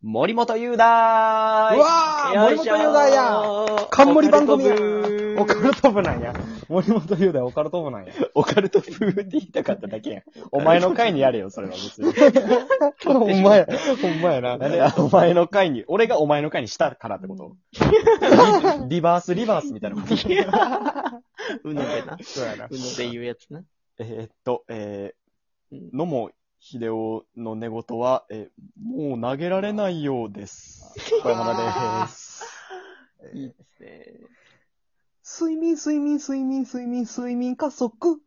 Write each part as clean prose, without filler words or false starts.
森本雄大うわー森本雄大や冠番組やオカルト部なんや。森本雄大オカルト部なんや。 オカルト風って言いたかっただけやん。お前の回にやれよ、それは別に。 ほんまや。ほんまやな。 お前の回に、俺がお前の回にしたからってことリバースみたいなこと。 うのでな。 そうやな。 うので言うやつな。 野茂秀夫の寝言は、もう投げられないようです。小山田です。 いいですね。 睡眠加速。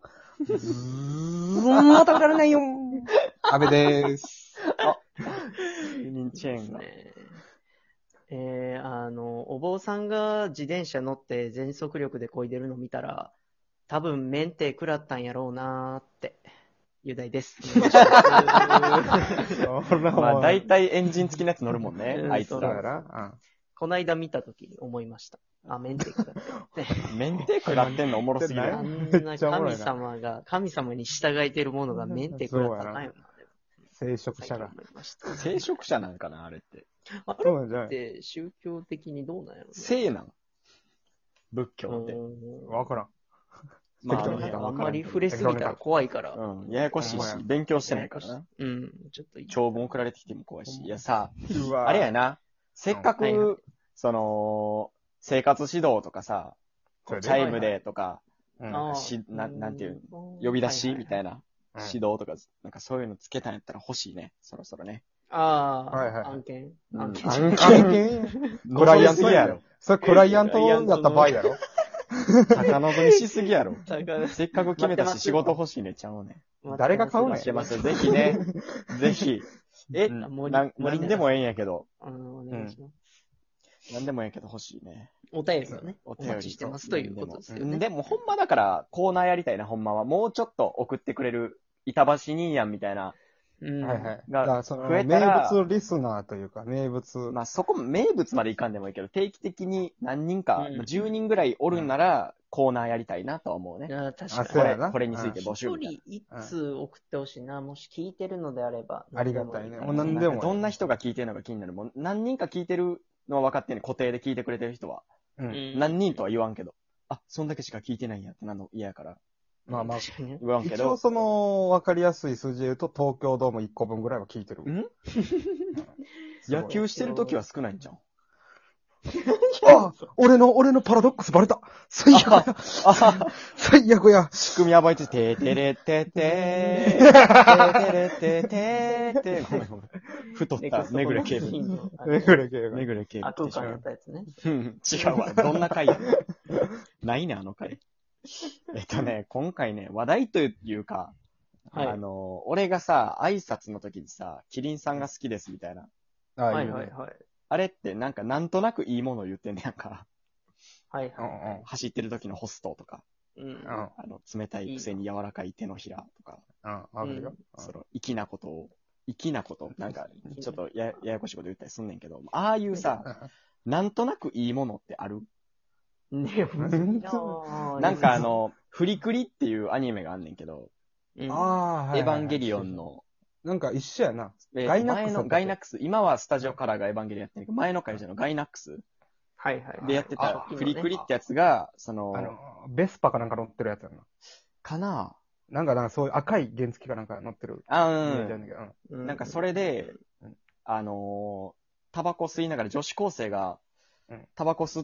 また投げられないよ。安倍でーす。 睡眠チェーンが。 お坊さんが自転車乗って全速力で漕いでるの見たら、多分メンテ食らったんやろうなーって。雄大です。 まあ大体エンジン付きのやつ乗るもんね、あいつそうやら。 な。 こないだ見たときに思いました。あ、メンテ食らって。 メンテ食らってんのおもろすぎる。 あんな神様に従えてるものがメンテ食らったかよな。 聖職者が。 聖職者なんかな、あれって。 あれって宗教的にどうなんやろね。 聖なん仏教って。 わからん。 まあ、 あんまり触れすぎたら怖いから。 うん。ややこしいし、勉強してないからな。 うん。ちょっと長文送られてきても怖いし。いやさ、あれやな。せっかく、生活指導とかさ、チャイムでとか、なんていう、呼び出しみたいな指導とか、なんかそういうのつけたんやったら欲しいね。そろそろね。 ああ、案件クライアントやろ。それクライアントやった場合やろ。 高望みしすぎやろ。せっかく決めたし仕事欲しいねちゃうね。 誰が買うのしてますよ。ぜひね。ぜひ。なんでもええんやけど。 お願いします。 なんでもええけど欲しいね。 お便りをね。 お便りしてますということですよね。 でもほんまだからコーナーやりたいな、ほんまは。もうちょっと送ってくれる板橋兄やんみたいな。 はいはい。だからその名物リスナーというか、名物。 まあそこ名物までいかんでもいいけど、定期的に何人か、10人ぐらいおるんなら、コーナーやりたいなとは思うね。 確かに。これについて募集。 一人一通送ってほしいな。もし聞いてるのであれば。 ありがたいね。もう何でも。どんな人が聞いてるのか気になる。もう何人か聞いてるのは分かってんね。固定で聞いてくれてる人は。何人とは言わんけど。あ、そんだけしか聞いてないんやってなの嫌やから。 まあまあ、 言わんけど。 一応分かりやすい数字で言うと、東京ドーム1個分ぐらいは聞いてる。 野球してるときは少ないんじゃん。 あ、俺のパラドックスバレた。最悪や。最悪や。 仕組み暴いて、てーてれててー、てーてれててーてー、ごめん。太っためぐれ警部。 めぐれ警部。 めぐれ警部。 悪感やったやつね。 違うわ。どんな回やねん。ないね、あの回。今回ね、話題というか、俺がさ、挨拶の時にさ、キリンさんが好きですみたいな。 はいはいはい。 あれってなんとなくいいものを言ってんねやんか。 はいはい。 走ってる時のホストとか。冷たいくせに柔らかい手のひらとか。粋なこと、なんか、ちょっとややこしいこと言ったりすんねんけど、ああいうさ、なんとなくいいものってある？なんかフリクリっていうアニメがあんねんけど、エヴァンゲリオンの、 なんか一緒やな。 ガイナックス。今はスタジオカラーがエヴァンゲリオンやってるけど、前の会社のガイナックス。 はいはい。 でやってたフリクリってやつが、 ベスパかなんか乗ってるやつやな。 かななんかそういう赤い原付かなんか乗ってる。 なんかそれで、タバコ吸いながら女子高生が、タバコ吸って、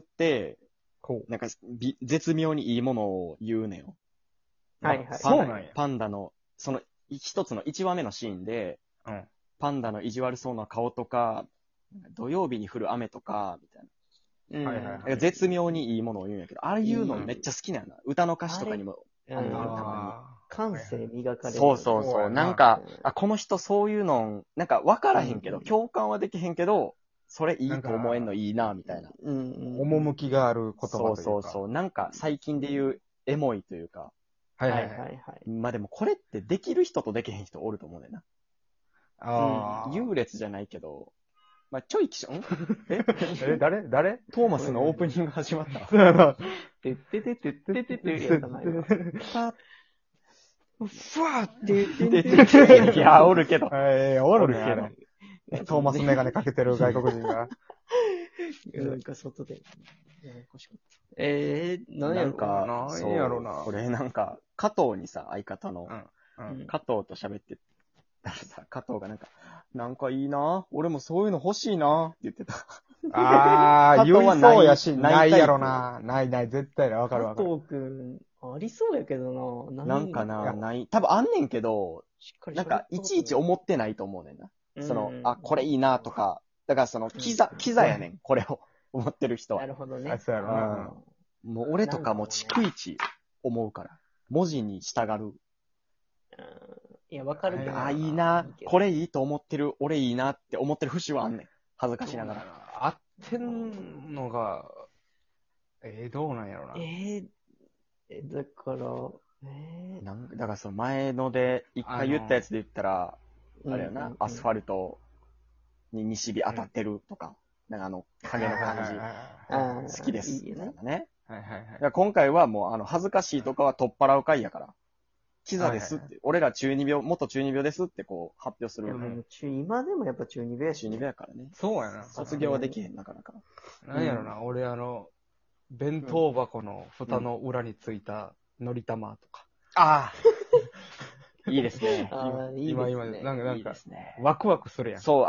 なんか、絶妙にいいものを言うねよ。 はいはい。 そうなんや。 パンダの、その、一つの1話目のシーンで、パンダの意地悪そうな顔とか、土曜日に降る雨とか、みたいな。絶妙にいいものを言うんやけど、ああいうのめっちゃ好きなんやな。歌の歌詞とかにも、たまに。感性磨かれる。 そう。なんか、この人そういうの、なんか分からへんけど、共感はできへんけど、それいいと思えんのいいな、みたいな。 趣がある言葉というか。 そう。なんか最近で言うエモいというか。 はい。 まあでもこれってできる人とできへん人おると思うねんな。優劣じゃないけど、まあちょい誰トーマスのオープニング始まった。 てってててってててやったな。ふわーっていや、おるけど。 おるけど。 トーマスメガネかけてる外国人が。 なんか外で。何やろなんか、 なんやろな俺なんか、加藤にさ、相方の、 うん加藤と喋ってたらさ、加藤がなんかいいな、俺もそういうの欲しいなって言ってた。 あー、 加藤は言いそうやし、 ないないやろな。ない、絶対ない。わかるわかる。 加藤くん、ありそうやけどな。 なんかな、 いやない。多分あんねんけど、 しっかりなんか、いちいち思ってないと思うねんな。これいいなとか、だからキザやねん、これを思ってる人は。 なるほどね。 あそうやろな。 もう俺とかも逐一思うから。文字に従う。 いや、わかるけど。 あ、いいな、これいいと思ってる、俺いいなって思ってる節はあんねん。恥ずかしながら。 合ってんのが、どうなんやろな。 だから、 だからその前ので、一回言ったやつで言ったら、あれよな、アスファルトに西日当たってるとか、なんか影の感じ、好きです。 いいよね。 ね。 はいはいはい。 だから今回はもう、恥ずかしいとかは取っ払う回やから、キザですって、俺ら元中二病ですってこう発表する。 今でもやっぱ中二病やし。 中二病やからね。 そうやな。 卒業はできへん、なかなか。 なんやろな、俺弁当箱の蓋の裏についたのり玉とか。 ああいいですね。 今、なんか、ワクワクするやん。 そう、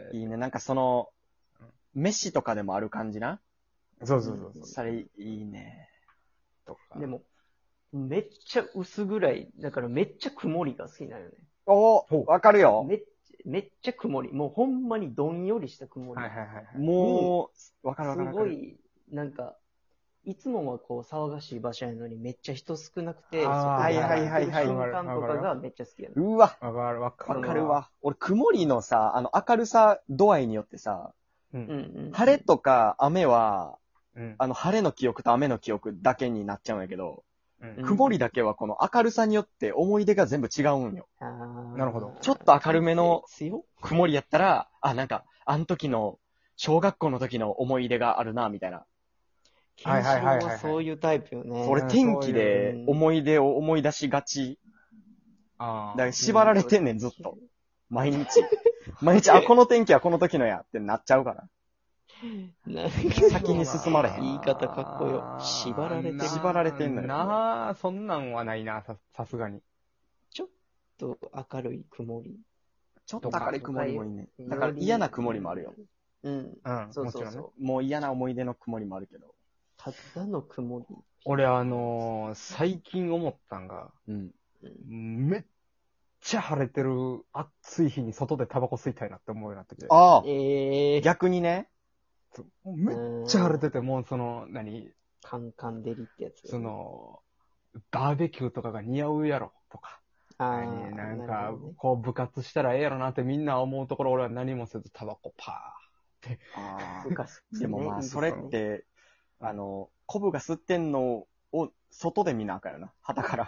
いいね。なんか飯とかでもある感じな。 そう。 それいいね。 とか。 でも、めっちゃ薄暗い。だからめっちゃ曇りが好きなのよね。 わかるよ。 めっちゃ曇り。もうほんまにどんよりした曇り。 はいはいはい。 もう、わかる。 すごい、なんか、いつもはこう騒がしい場所やのにめっちゃ人少なくて、 はい瞬間とかがめっちゃ好きやね。 うわ。 わかるわ。俺、曇りのさ、明るさ度合いによってさ、晴れとか雨は、晴れの記憶と雨の記憶だけになっちゃうんやけど、曇りだけはこの明るさによって思い出が全部違うんよ。 なるほど。 ちょっと明るめの曇りやったら、なんか、あの時の、小学校の時の思い出があるな、みたいな。 ケンシロウはそういうタイプよね。 俺天気で思い出を思い出しがち。だから縛られてんねん、ずっと。毎日。この天気はこの時のやってなっちゃうから。先に進まれへん。 言い方かっこよ。縛られてんのよ。 そんなんはないな、さすがに。 ちょっと明るい曇り。 ちょっと明るい曇りもいいね。だから嫌な曇りもあるよ。 そう。 もう嫌な思い出の曇りもあるけど。 ただの曇り。 俺最近思ったんが、めっちゃ晴れてる暑い日に外でタバコ吸いたいなって思うようになってきて。 逆にね。 めっちゃ晴れてて、もうカンカンデリってやつ。 バーベキューとかが似合うやろ、とか。なんか、こう部活したらええやろなってみんな思うところ俺は何もせずタバコパーって。 でもまあ、それって、コブが吸ってんのを外で見なあかんよな。旗から。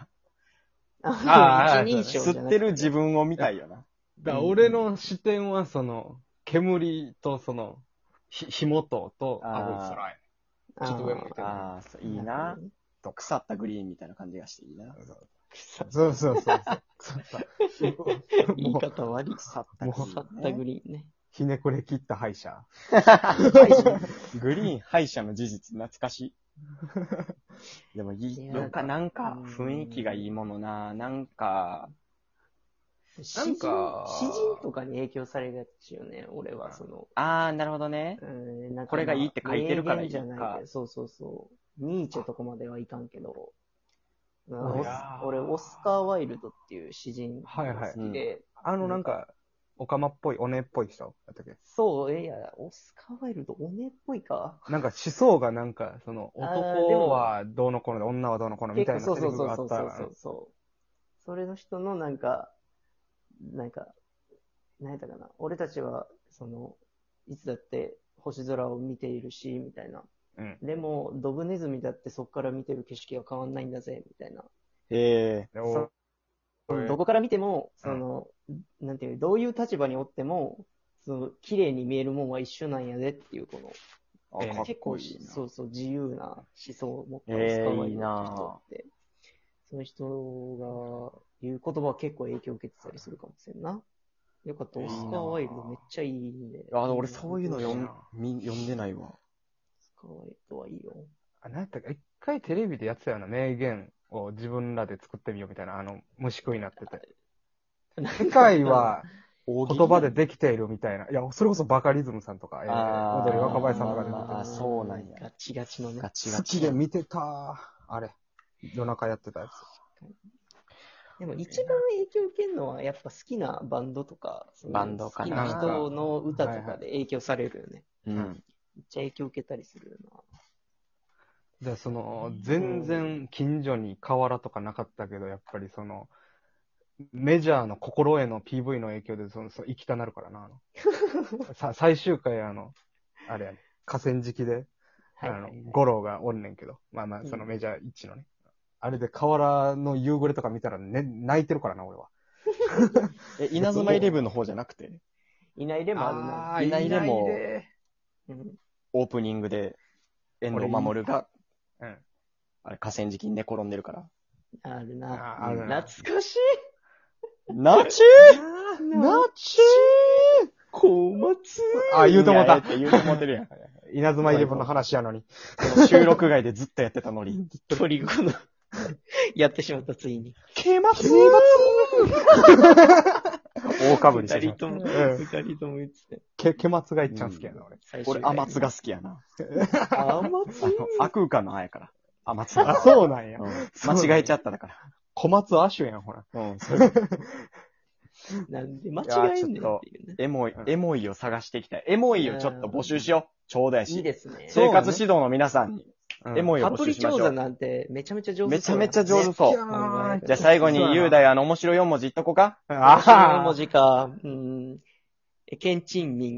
吸ってる自分を見たいよな。 だから俺の視点は煙と火元と青い空や。ちょっと上向いてる。 いいな。腐ったグリーンみたいな感じがしていいな。 そう。 言い方悪い。腐ったグリーンね。 ひねくれ切った歯医者。 グリーン歯医者の事実懐かしい。でもなんか雰囲気がいいものな。なんか詩人とかに影響されがちよね、俺はなるほどね。これがいいって書いてるからいいか。 そうニーチェとこまではいかんけど、俺オスカー・ワイルドっていう詩人が好きで、 なんかオカマっぽい、おねっぽい人だったっけ？ そう、オスカー・ワイルド、おねっぽいか。 なんか思想がなんか、男はどうのこうので、女はどうのこうのみたいなセリフがあった。 そう。それの人のなんか、何やったかな。俺たちは、いつだって星空を見ているし、みたいな。でも、ドブネズミだってそこから見てる景色は変わんないんだぜ、みたいな。どこから見ても、なんていう、どういう立場におっても、綺麗に見えるもんは一緒なんやでっていう、結構、自由な思想を持ったオスカー・ワイルドの人って、その人が言う言葉は結構影響を受けてたりするかもしれんな。 よかった。オスカー・ワイルドめっちゃいいね。 俺そういうの読んでないわ。 オスカー・ワイルドはいいよ。 なんやったか、一回テレビでやってたような名言を自分らで作ってみようみたいな、虫食いになってて。世界は言葉でできているみたいな。いや、それこそバカリズムさんとか、踊り若林さんとかで出てる。 そうなんや。 ガチガチのね。 好きで見てた。あれ。夜中やってたやつ。 でも一番影響を受けるのはやっぱ好きなバンドとか、 バンドかな。 好きな人の歌とかで影響されるよね。 うん。めっちゃ影響受けたりするよな。 じゃあ全然近所に河原とかなかったけど、やっぱりメジャーの心への PV の影響で、生きたなるからな。最終回あれやね、河川敷で、五郎がおんねんけど、まあそのメジャー1のね。あれで河原の夕暮れとか見たらね、泣いてるからな、俺は。 稲妻イレブンの方じゃなくて稲入れもあるな。 稲入れも、オープニングで、遠藤守が、あれ河川敷に寝転んでるから。 あるな。懐かしい。 なち小松言うと思った。 言うと思ってるやん。 稲妻イレブンの話やのに。 収録外でずっとやってたのに。 トリコの、やってしまった、ついに。 けまつ大かぶりして。 二人とも言ってて。けまつがいっちゃん好きやな、 俺、甘津が好きやな。 甘津悪空間のあやから。甘津。 そうなんや。 間違えちゃっただから。 小松アシュやん、ほら。 なんで間違えんねんっていうね。 エモいを探していきたい。エモいをちょっと募集しよう。ちょうだいし。 いいですね。 生活指導の皆さんに、エモいを募集しましょう。 パプリ調査なんてめちゃめちゃ上手そう。 めちゃめちゃ上手そう。じゃあ最後に雄大面白い4文字言っとこうか。 面白い4文字か。けんちんみん。